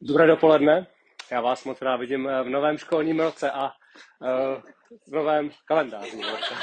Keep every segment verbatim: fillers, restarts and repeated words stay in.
Dobré dopoledne. Já vás moc rád vidím v novém školním roce a uh, v novém kalendářním roce.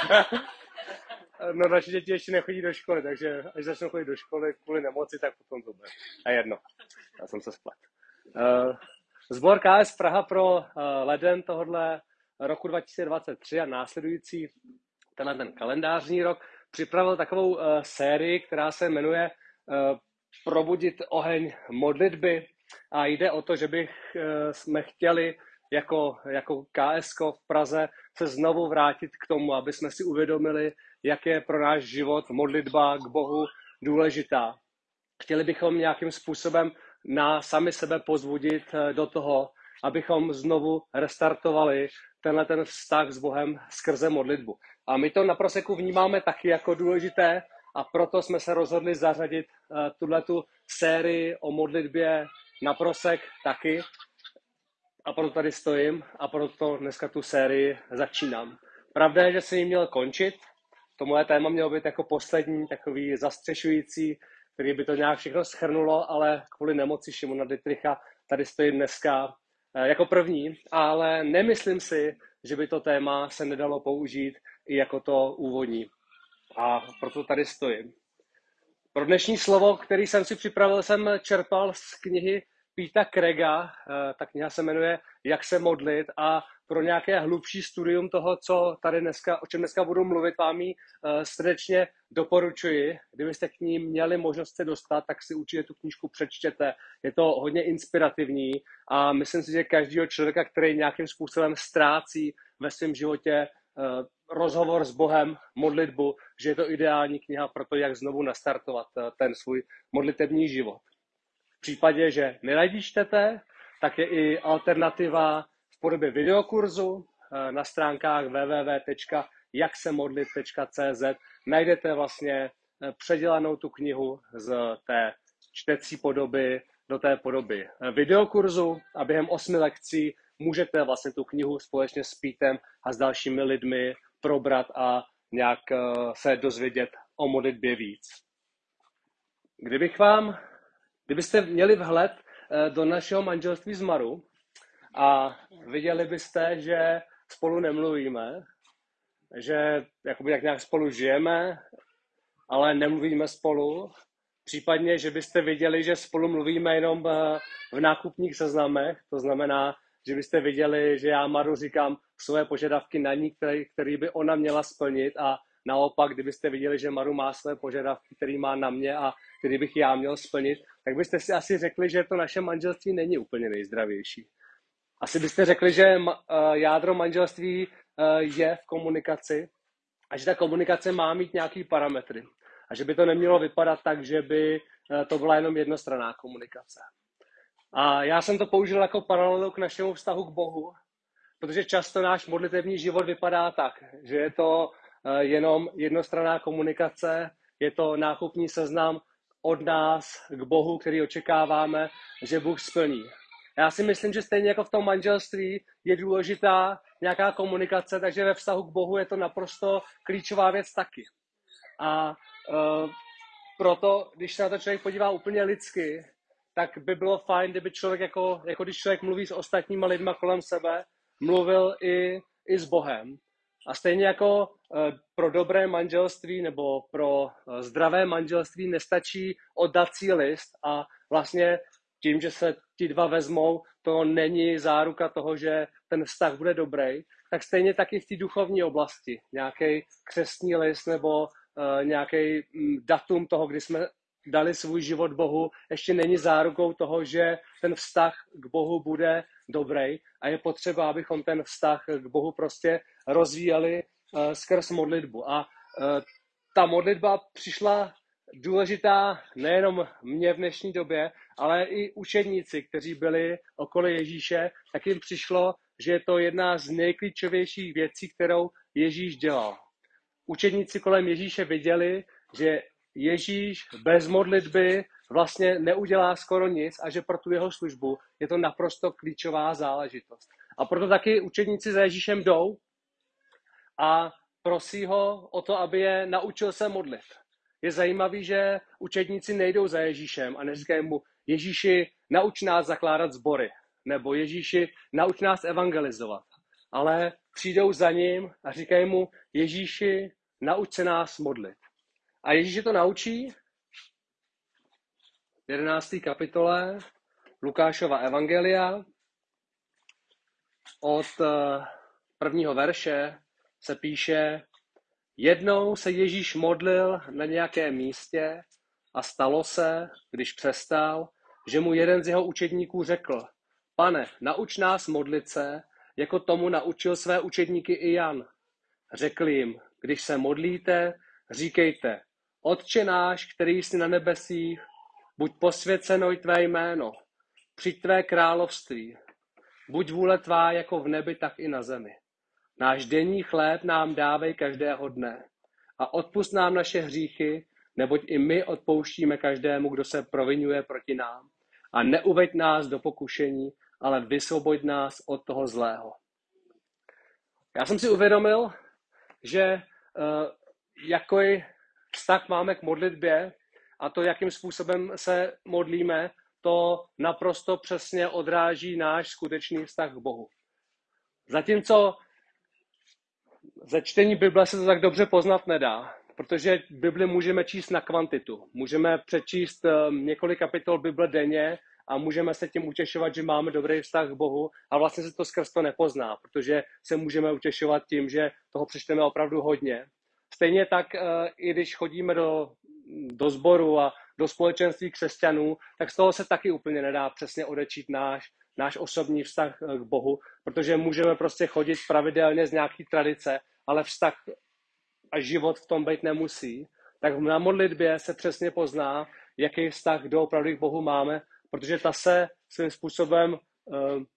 No, naše děti ještě nechodí do školy, takže až začnou chodit do školy kvůli nemoci, tak potom to bude. A jedno. Já jsem se splet. Uh, Sbor K S Praha pro uh, leden tohohle roku dva tisíce dvacet tři a následující tenhle ten kalendářní rok připravil takovou uh, sérii, která se jmenuje uh, Probudit oheň modlitby. A jde o to, že bych uh, jsme chtěli jako, jako K S ko v Praze se znovu vrátit k tomu, aby jsme si uvědomili, jak je pro náš život modlitba k Bohu důležitá. Chtěli bychom nějakým způsobem na sami sebe pozbudit do toho, abychom znovu restartovali tenhle ten vztah s Bohem skrze modlitbu. A my to na Proseku vnímáme taky jako důležité a proto jsme se rozhodli zařadit tuhletu sérii o modlitbě na Prosek taky. A proto tady stojím a proto dneska tu sérii začínám. Pravda je, že jsem ji měl končit. To moje téma mělo být jako poslední, takový zastřešující, který by to nějak všechno shrnulo, ale kvůli nemoci Šimona Dittricha tady stojím dneska jako první, ale nemyslím si, že by to téma se nedalo použít i jako to úvodní. A proto tady stojím. Pro dnešní slovo, který jsem si připravil, jsem čerpal z knihy Peta Craiga. Ta kniha se jmenuje Jak se modlit a pro nějaké hlubší studium toho, co tady dneska, o čem dneska budu mluvit, vám ji srdečně doporučuji. Kdybyste k ní měli možnost se dostat, tak si určitě tu knížku přečtěte. Je to hodně inspirativní a myslím si, že každýho člověka, který nějakým způsobem ztrácí ve svém životě rozhovor s Bohem, modlitbu, že je to ideální kniha pro to, jak znovu nastartovat ten svůj modlitební život. V případě, že neradí čtete, tak je i alternativa v podobě videokurzu na stránkách w w w tečka jak se modlit tečka c z. Najdete vlastně předělanou tu knihu z té čtecí podoby do té podoby videokurzu a během osmi lekcí můžete vlastně tu knihu společně s Pítem a s dalšími lidmi probrat a nějak se dozvědět o modlitbě víc. Kdybych vám, kdybyste měli vhled do našeho manželství s Marou a viděli byste, že spolu nemluvíme, že jakoby jak nějak spolu žijeme, ale nemluvíme spolu, případně, že byste viděli, že spolu mluvíme jenom v nákupních seznamech, to znamená, že byste viděli, že já Maru říkám svoje požadavky na ní, které, které by ona měla splnit a naopak, kdybyste viděli, že Maru má své požadavky, které má na mě a které bych já měl splnit, tak byste si asi řekli, že to naše manželství není úplně nejzdravější. Asi byste řekli, že jádro manželství je v komunikaci a že ta komunikace má mít nějaký parametry. A že by to nemělo vypadat tak, že by to byla jenom jednostranná komunikace. A já jsem to použil jako paralelu k našemu vztahu k Bohu, protože často náš modlitevní život vypadá tak, že je to jenom jednostranná komunikace, je to nákupní seznam od nás k Bohu, který očekáváme, že Bůh splní. Já si myslím, že stejně jako v tom manželství je důležitá nějaká komunikace, takže ve vztahu k Bohu je to naprosto klíčová věc taky. A uh, proto, když se na to člověk podívá úplně lidsky, tak by bylo fajn, kdyby člověk, jako, jako když člověk mluví s ostatníma lidma kolem sebe, mluvil i, i s Bohem. A stejně jako uh, pro dobré manželství nebo pro uh, zdravé manželství nestačí oddací list a vlastně tím, že se ti dva vezmou, to není záruka toho, že ten vztah bude dobrý, tak stejně taky v té duchovní oblasti. Nějaký křestní list nebo uh, nějaký datum toho, kdy jsme dali svůj život Bohu, ještě není zárukou toho, že ten vztah k Bohu bude dobrý a je potřeba, abychom ten vztah k Bohu prostě rozvíjeli uh, skrz modlitbu. A uh, ta modlitba přišla důležitá nejenom mě v dnešní době, ale i učedníci, kteří byli okolo Ježíše, tak jim přišlo, že je to jedna z nejklíčovějších věcí, kterou Ježíš dělal. Učedníci kolem Ježíše viděli, že Ježíš bez modlitby vlastně neudělá skoro nic a že pro tu jeho službu je to naprosto klíčová záležitost. A proto taky učedníci za Ježíšem jdou a prosí ho o to, aby je naučil se modlit. Je zajímavý, že učedníci nejdou za Ježíšem a neříkají mu, Ježíši, nauč nás zakládat sbory, nebo Ježíši, nauč nás evangelizovat. Ale přijdou za ním a říkají mu, Ježíši, nauč se nás modlit. A Ježíš je to naučí v jedenácté kapitole Lukášova evangelia od prvního verše se píše, jednou se Ježíš modlil na nějakém místě a stalo se, když přestal, že mu jeden z jeho učedníků řekl, Pane, nauč nás modlit se, jako tomu naučil své učedníky i Jan. Řekl jim, když se modlíte, říkejte, Otče náš, který jsi na nebesích, buď posvěceno tvé jméno, přijď tvé království, buď vůle tvá jako v nebi, tak i na zemi. Náš denní chléb nám dávej každého dne a odpusť nám naše hříchy, neboť i my odpouštíme každému, kdo se provinuje proti nám. A neuveď nás do pokušení, ale vysvoboď nás od toho zlého. Já jsem si uvědomil, že uh, jaký vztah máme k modlitbě a to, jakým způsobem se modlíme, to naprosto přesně odráží náš skutečný vztah k Bohu. Zatímco ze čtení Bible se to tak dobře poznat nedá, protože Bibli můžeme číst na kvantitu. Můžeme přečíst několik kapitol Bible denně a můžeme se tím utěšovat, že máme dobrý vztah k Bohu a vlastně se to skrz to nepozná, protože se můžeme utěšovat tím, že toho přečteme opravdu hodně. Stejně tak, i když chodíme do, do sboru a do společenství křesťanů, tak z toho se taky úplně nedá přesně odečít náš, náš osobní vztah k Bohu, protože můžeme prostě chodit pravidelně z nějaký tradice, ale vztah a život v tom být nemusí. Tak na modlitbě se přesně pozná, jaký vztah doopravdy k Bohu máme, protože ta se svým způsobem, uh, uh,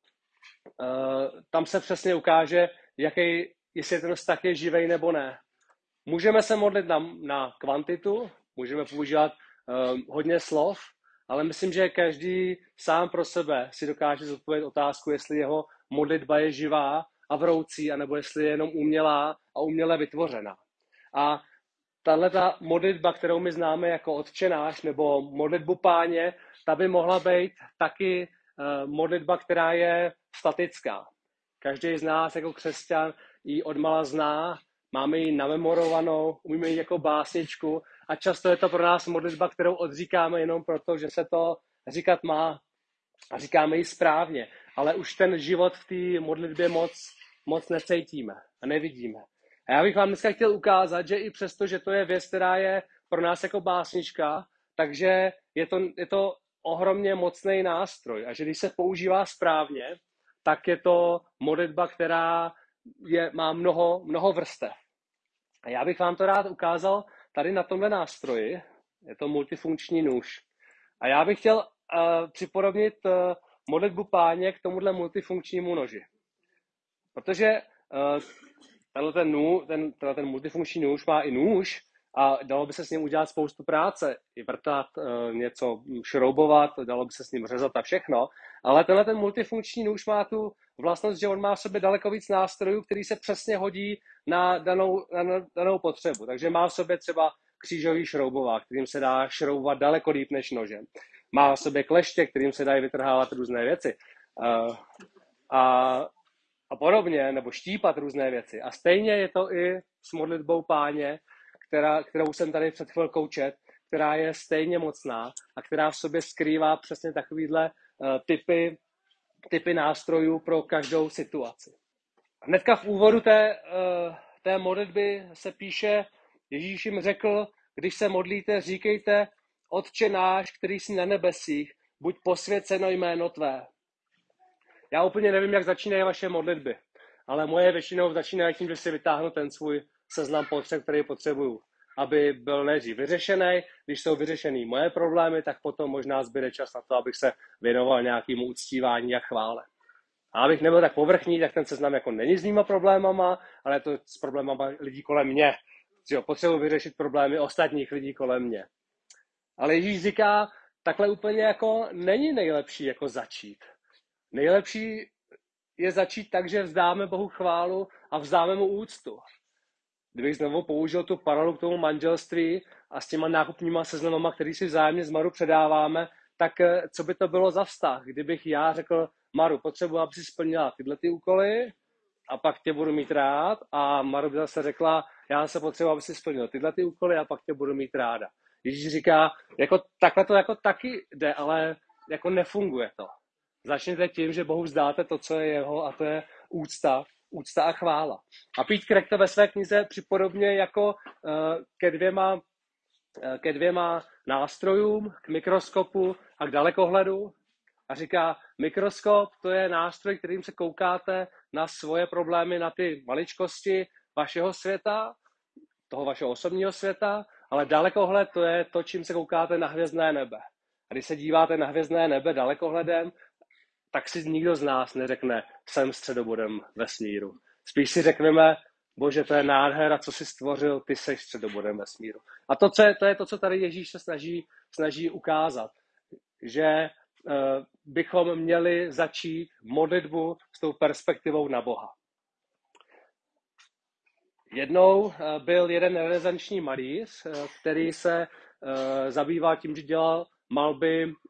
tam se přesně ukáže, jaký, jestli ten vztah je živej nebo ne. Můžeme se modlit na, na kvantitu, můžeme používat uh, hodně slov, ale myslím, že každý sám pro sebe si dokáže zodpovědět otázku, jestli jeho modlitba je živá a vroucí, anebo jestli je jenom umělá a uměle vytvořená. A tahleta modlitba, kterou my známe jako Otče náš, nebo modlitbu Páně, ta by mohla být taky uh, modlitba, která je statická. Každý z nás jako křesťan ji odmala zná, máme ji namemorovanou, umíme ji jako básničku a často je to pro nás modlitba, kterou odříkáme jenom proto, že se to říkat má a říkáme ji správně, ale už ten život v té modlitbě moc, moc necítíme a nevidíme. A já bych vám dneska chtěl ukázat, že i přesto, že to je věc, která je pro nás jako básnička, takže je to, je to ohromně mocný nástroj a že když se používá správně, tak je to modlitba, která je, má mnoho, mnoho vrstev. A já bych vám to rád ukázal tady na tomhle nástroji. Je to multifunkční nůž. A já bych chtěl uh, připodobnit uh, modlitbu Páně k tomuhle multifunkčnímu noži. Protože uh, tenhle ten, nů, ten, tenhle ten multifunkční nůž má i nůž a dalo by se s ním udělat spoustu práce. I vrtat, uh, něco šroubovat, dalo by se s ním řezat a všechno. Ale tenhle ten multifunkční nůž má tu vlastnost, že on má v sobě daleko víc nástrojů, který se přesně hodí na danou, na danou potřebu. Takže má v sobě třeba křížový šroubovák, kterým se dá šroubovat daleko líp než nožem. Má v sobě kleště, kterým se dají vytrhávat různé věci. Uh, a, a podobně, nebo štípat různé věci. A stejně je to i s modlitbou Páně, která, kterou jsem tady před chvilkou čet, která je stejně mocná a která v sobě skrývá přesně takovýhle uh, typy, typy nástrojů pro každou situaci. Hnedka v úvodu té, uh, té modlitby se píše, Ježíš jim řekl, když se modlíte, říkejte, Otče náš, který jsi na nebesích, buď posvěceno jméno tvé. Já úplně nevím, jak začínají vaše modlitby, ale moje většinou začínají tím, že si vytáhnu ten svůj seznam potřeb, který potřebuju, aby byl nejdřív vyřešený. Když jsou vyřešený moje problémy, tak potom možná zbyde čas na to, abych se věnoval nějakému uctívání a chvále. A abych nebyl tak povrchní, tak ten seznam jako není s mýma problémama, ale je to s problémama lidí kolem mě. Potřebuji vyřešit problémy ostatních lidí kolem mě. Ale Ježíš říká, takhle úplně jako není nejlepší jako začít. Nejlepší je začít tak, že vzdáme Bohu chválu a vzdáme mu úctu. Kdybych znovu použil tu paralelu k tomu manželství a s těma nákupníma seznamama, který si vzájemně z maru předáváme, tak eh, co by to bylo za vztah, kdybych já řekl, Maru, potřebuji, aby si splnila tyhle ty úkoly a pak tě budu mít rád, a Maru by zase řekla, já se potřebuji, aby si splnil tyhle ty úkoly a pak tě budu mít ráda. Ježíš říká, jako takhle to jako taky jde, ale jako nefunguje to. Začněte tím, že Bohu vzdáte to, co je jeho, a to je úcta, úcta a chvála. A Pete Craig to ve své knize připodobně jako uh, ke dvěma, uh, ke dvěma nástrojům, k mikroskopu a k dalekohledu. A říká, mikroskop to je nástroj, kterým se koukáte na svoje problémy, na ty maličkosti vašeho světa, toho vašeho osobního světa, ale dalekohled to je to, čím se koukáte na hvězdné nebe. A když se díváte na hvězdné nebe dalekohledem, tak si nikdo z nás neřekne, jsem středobodem vesmíru. Spíš si řekneme, Bože, to je nádhera, co jsi stvořil, ty jsi středobodem vesmíru. A to, co je, to je to, co tady Ježíš se snaží, snaží ukázat, že uh, bychom měli začít modlitbu s tou perspektivou na Boha. Jednou uh, byl jeden renesanční malíř, uh, který se uh, zabýval tím, že dělal malby uh,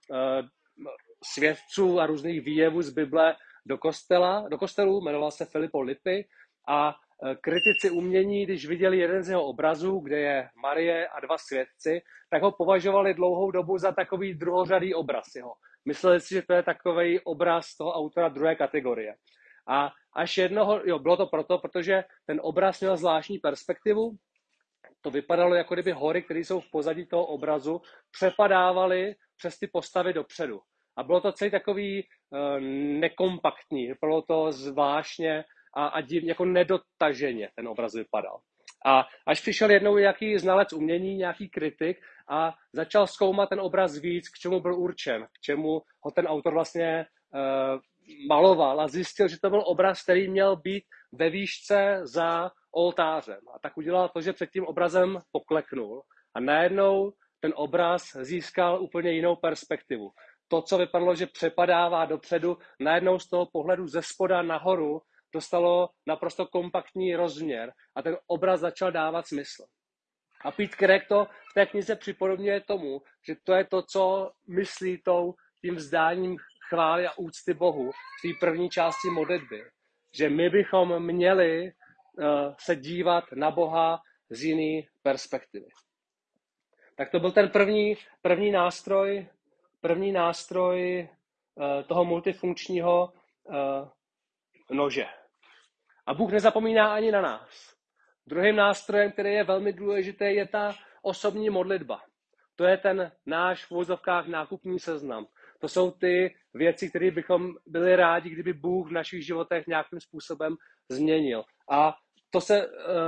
svědců a různých výjevů z Bible do kostela, do kostelů, jmenoval se Filippo Lippi, a kritici umění, když viděli jeden z jeho obrazů, kde je Marie a dva svědci, tak ho považovali dlouhou dobu za takový druhořadý obraz jeho. Mysleli si, že to je takový obraz toho autora druhé kategorie. A až jednoho, jo, bylo to proto, protože ten obraz měl zvláštní perspektivu. To vypadalo, jako kdyby hory, které jsou v pozadí toho obrazu, přepadávaly přes ty postavy dopředu. A bylo to celý takový uh, nekompaktní, bylo to zvláštně a, a divně, jako nedotaženě ten obraz vypadal. A až přišel jednou nějaký znalec umění, nějaký kritik, a začal zkoumat ten obraz víc, k čemu byl určen, k čemu ho ten autor vlastně uh, maloval, a zjistil, že to byl obraz, který měl být ve výšce za oltářem. A tak udělal to, že před tím obrazem pokleknul a najednou ten obraz získal úplně jinou perspektivu. To, co vypadalo, že přepadává dopředu, najednou z toho pohledu ze spoda nahoru dostalo naprosto kompaktní rozměr a ten obraz začal dávat smysl. A Pete Craig to v té knize připodobňuje tomu, že to je to, co myslí tou, tím vzdáním chvály a úcty Bohu v té první části modlitby. Že my bychom měli uh, se dívat na Boha z jiné perspektivy. Tak to byl ten první, první nástroj, první nástroj uh, toho multifunkčního uh, nože. A Bůh nezapomíná ani na nás. Druhým nástrojem, který je velmi důležitý, je ta osobní modlitba. To je ten náš v uvozovkách nákupní seznam. To jsou ty věci, které bychom byli rádi, kdyby Bůh v našich životech nějakým způsobem změnil. A to se,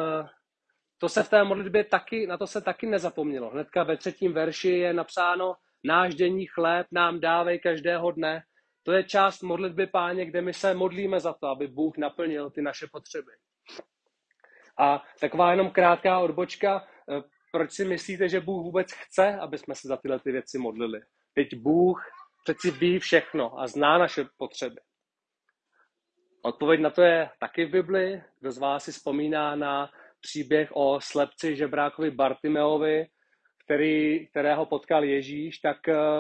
to se v té modlitbě taky, na to se taky nezapomnělo. Hnedka ve třetím verši je napsáno, náš denní chléb nám dávej každého dne. To je část modlitby Páně, kde my se modlíme za to, aby Bůh naplnil ty naše potřeby. A taková jenom krátká odbočka, proč si myslíte, že Bůh vůbec chce, aby jsme se za tyhle ty věci modlili? Teď Bůh přeci ví všechno a zná naše potřeby. Odpověď na to je taky v Bibli. Kdo z vás si vzpomíná na příběh o slepci žebrákovi Bartimeovi, který, kterého potkal Ježíš, tak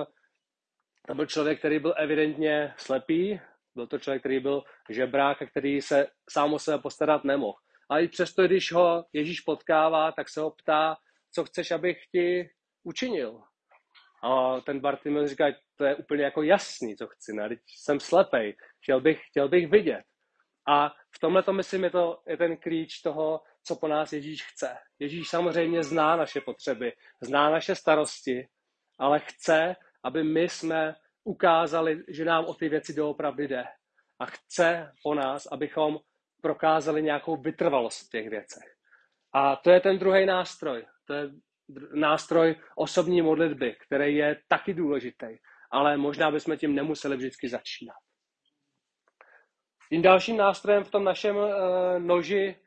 to byl člověk, který byl evidentně slepý, byl to člověk, který byl žebrák a který se sám o sebe postarat nemohl. Ale i přesto, když ho Ježíš potkává, tak se ho ptá, co chceš, abych ti učinil. A ten Bartimeus říká, to je úplně jako jasný, co chci, ne? Teď jsem slepej, chtěl bych, chtěl bych vidět. A v tomhle to myslím, je, to, je ten klíč toho, co po nás Ježíš chce. Ježíš samozřejmě zná naše potřeby, zná naše starosti, ale chce, aby my jsme ukázali, že nám o ty věci doopravdy jde. A chce po nás, abychom prokázali nějakou vytrvalost v těch věcech. A to je ten druhý nástroj. To je nástroj osobní modlitby, který je taky důležitý, ale možná bychom tím nemuseli vždycky začínat. Tím dalším nástrojem v tom našem uh, noži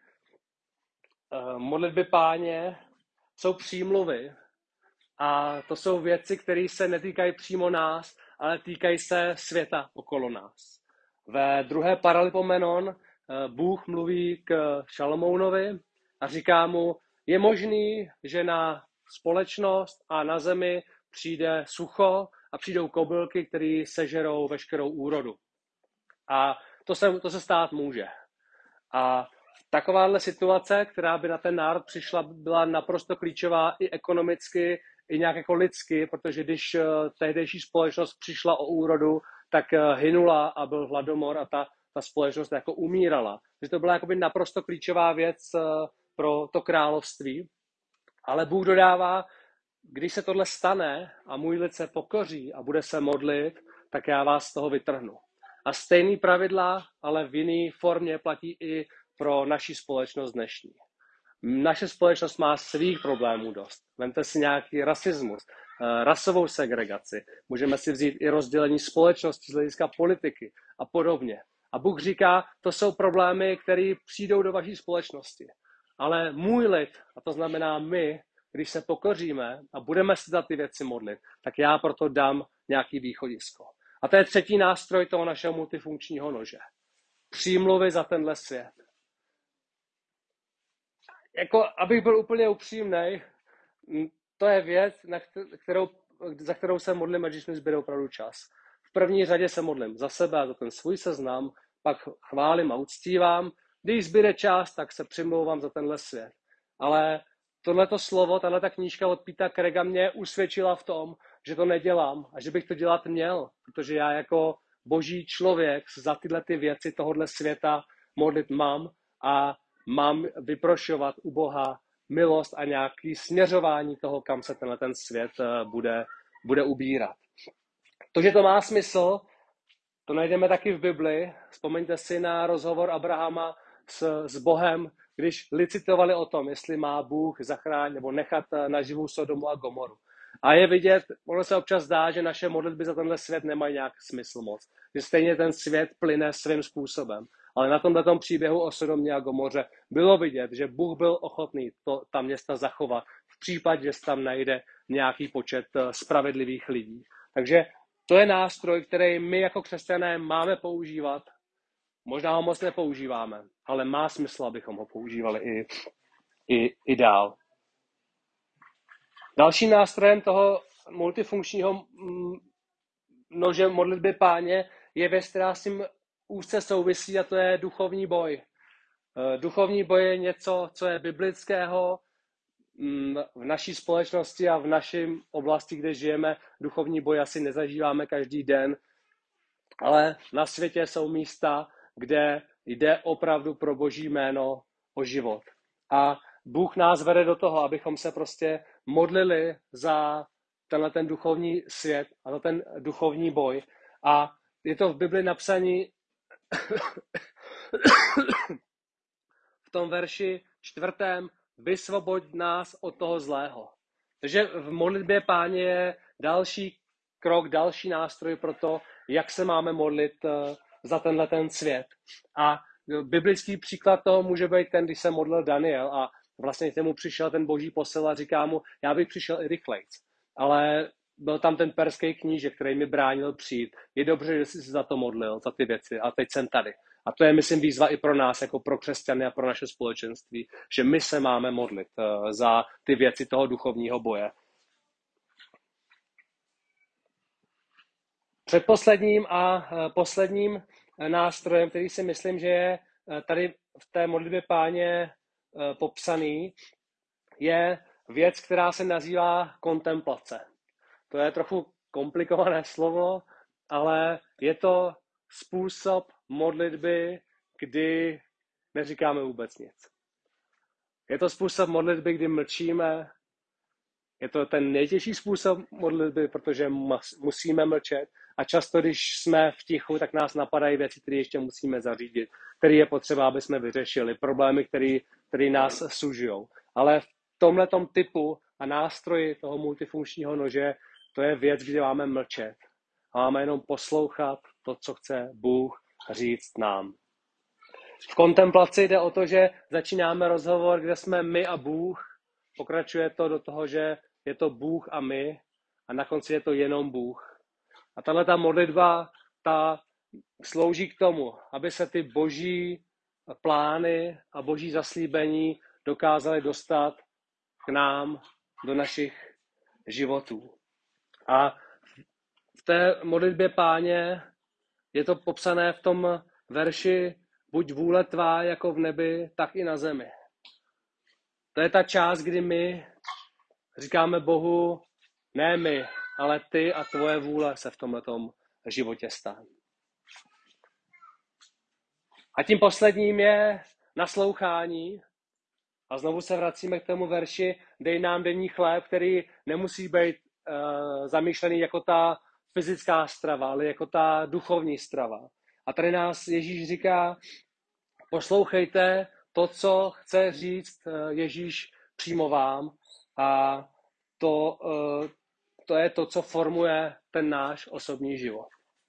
uh, modlitby Páně jsou přímluvy. A to jsou věci, které se netýkají přímo nás, ale týkají se světa okolo nás. Ve druhé Paralipomenon uh, Bůh mluví k Šalomounovi a říká mu, je možný, že na společnost a na zemi přijde sucho a přijdou kobylky, které sežerou veškerou úrodu. A to se, to se stát může. A takováhle situace, která by na ten národ přišla, byla naprosto klíčová i ekonomicky, i nějak jako lidsky, protože když tehdejší společnost přišla o úrodu, tak hynula a byl hladomor a ta, ta společnost jako umírala. Takže to byla jakoby naprosto klíčová věc pro to království. Ale Bůh dodává, když se tohle stane a můj lid se pokoří a bude se modlit, tak já vás z toho vytrhnu. A stejný pravidla, ale v jiné formě platí i pro naši společnost dnešní. Naše společnost má svých problémů dost. Vemte si nějaký rasismus, rasovou segregaci. Můžeme si vzít i rozdělení společnosti z hlediska politiky a podobně. A Bůh říká, to jsou problémy, které přijdou do vaší společnosti. Ale můj lid, a to znamená my, když se pokoříme a budeme se za ty věci modlit, tak já proto dám nějaký východisko. A to je třetí nástroj toho našeho multifunkčního nože. Přímluvy za tenhle svět. Jako, abych byl úplně upřímnej, to je věc, na kterou, za kterou se modlím, když mi zbyde opravdu čas. V první řadě se modlím za sebe a za ten svůj seznam, pak chválím a uctívám. Když zbyde čas, tak se přimlouvám za tenhle svět. Ale tohleto slovo, tahleta knížka od Pita Craiga mě usvědčila v tom, že to nedělám a že bych to dělat měl, protože já jako boží člověk za tyhle ty věci tohohle světa modlit mám a mám vyprošovat u Boha milost a nějaké směřování toho, kam se tenhle ten svět bude, bude ubírat. To, že to má smysl, to najdeme taky v Bibli. Vzpomeňte si na rozhovor Abrahama s, s Bohem, když licitovali o tom, jestli má Bůh zachránit nebo nechat naživu Sodomu a Gomoru. A je vidět, ono se občas zdá, že naše modlitby za tenhle svět nemají nějak smysl moc. Že stejně ten svět plyne svým způsobem. Ale na tomto příběhu o Sodomě a Gomoře bylo vidět, že Bůh byl ochotný to, ta města zachovat v případě, že se tam najde nějaký počet spravedlivých lidí. Takže to je nástroj, který my jako křesťané máme používat. Možná ho moc nepoužíváme, ale má smysl, abychom ho používali i, i, i dál. Dalším nástrojem toho multifunkčního nože modlitby Páně je věc, která s tím úzce souvisí, a to je duchovní boj. Duchovní boj je něco, co je biblického. V naší společnosti a v našem oblasti, kde žijeme, duchovní boj asi nezažíváme každý den, ale na světě jsou místa, kde jde opravdu pro Boží jméno o život. A Bůh nás vede do toho, abychom se prostě modlili za tenhle ten duchovní svět a za ten duchovní boj. A je to v Bibli napsané v tom verši čtvrtém, vysvoboď nás od toho zlého. Takže v modlitbě Páně je další krok, další nástroj pro to, jak se máme modlit za tenhle ten svět. A biblický příklad toho může být ten, když se modlil Daniel a vlastně k němu přišel ten boží posel a říká mu, já bych přišel i rychlejc. Ale byl tam ten perský knížek, který mi bránil přijít. Je dobře, že jsi se za to modlil, za ty věci. A teď jsem tady. A to je, myslím, výzva i pro nás, jako pro křesťany a pro naše společenství, že my se máme modlit za ty věci toho duchovního boje. Předposledním a posledním nástrojem, který si myslím, že je tady v té modlitbě Páně popsaný, je věc, která se nazývá kontemplace. To je trochu komplikované slovo, ale je to způsob modlitby, kdy neříkáme vůbec nic. Je to způsob modlitby, kdy mlčíme. Je to ten nejtěžší způsob modlitby, protože musíme mlčet. A často, když jsme v tichu, tak nás napadají věci, které ještě musíme zařídit, které je potřeba, aby jsme vyřešili, problémy, které nás sužují. Ale v tomhletom typu a nástroji toho multifunkčního nože, to je věc, kde máme mlčet. A máme jenom poslouchat to, co chce Bůh říct nám. V kontemplaci jde o to, že začínáme rozhovor, kde jsme my a Bůh. Pokračuje to do toho, že je to Bůh a my a na konci je to jenom Bůh. A tahle ta modlitba, ta slouží k tomu, aby se ty boží plány a boží zaslíbení dokázaly dostat k nám do našich životů. A v té modlitbě Páně je to popsané v tom verši buď vůle tvá jako v nebi, tak i na zemi. To je ta část, kdy my říkáme Bohu, ne my, ale ty a tvoje vůle se v tomhletom životě stane. A tím posledním je naslouchání. A znovu se vracíme k tomu verši, dej nám denní chléb, který nemusí být uh, zamýšlený jako ta fyzická strava, ale jako ta duchovní strava. A tady nás Ježíš říká, poslouchejte to, co chce říct uh, Ježíš přímo vám. A to, uh, to je to, co formuje ten náš osobní život.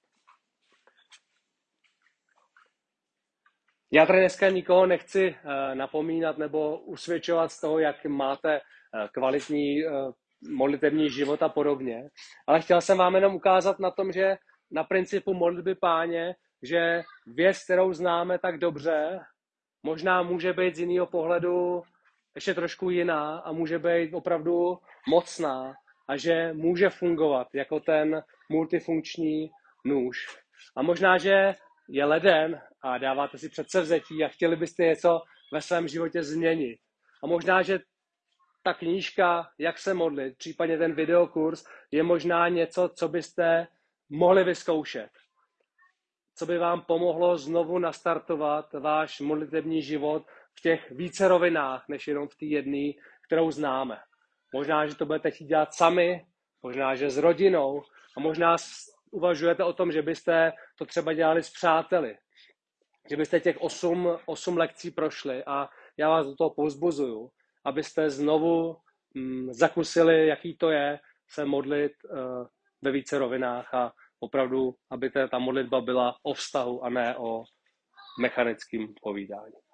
Já tady dneska nikoho nechci napomínat nebo usvědčovat z toho, jak máte kvalitní modlitevní život a podobně, ale chtěl jsem vám jenom ukázat na tom, že na principu modlitby Páně, že věc, kterou známe tak dobře, možná může být z jiného pohledu ještě trošku jiná a může být opravdu mocná a že může fungovat jako ten multifunkční nůž. A možná, že je leden a dáváte si předsevzetí a chtěli byste něco ve svém životě změnit. A možná, že ta knížka, jak se modlit, případně ten videokurs, je možná něco, co byste mohli vyzkoušet. Co by vám pomohlo znovu nastartovat váš modlitební život v těch více rovinách, než jenom v té jedné, kterou známe. Možná, že to budete chtít dělat sami, možná, že s rodinou a možná uvažujete o tom, že byste to třeba dělali s přáteli. Že byste těch osm, osm lekcí prošli a já vás do toho povzbuzuju, abyste znovu hm, zakusili, jaký to je se modlit uh, ve více rovinách a opravdu, aby ta modlitba byla o vztahu a ne o mechanickém povídání.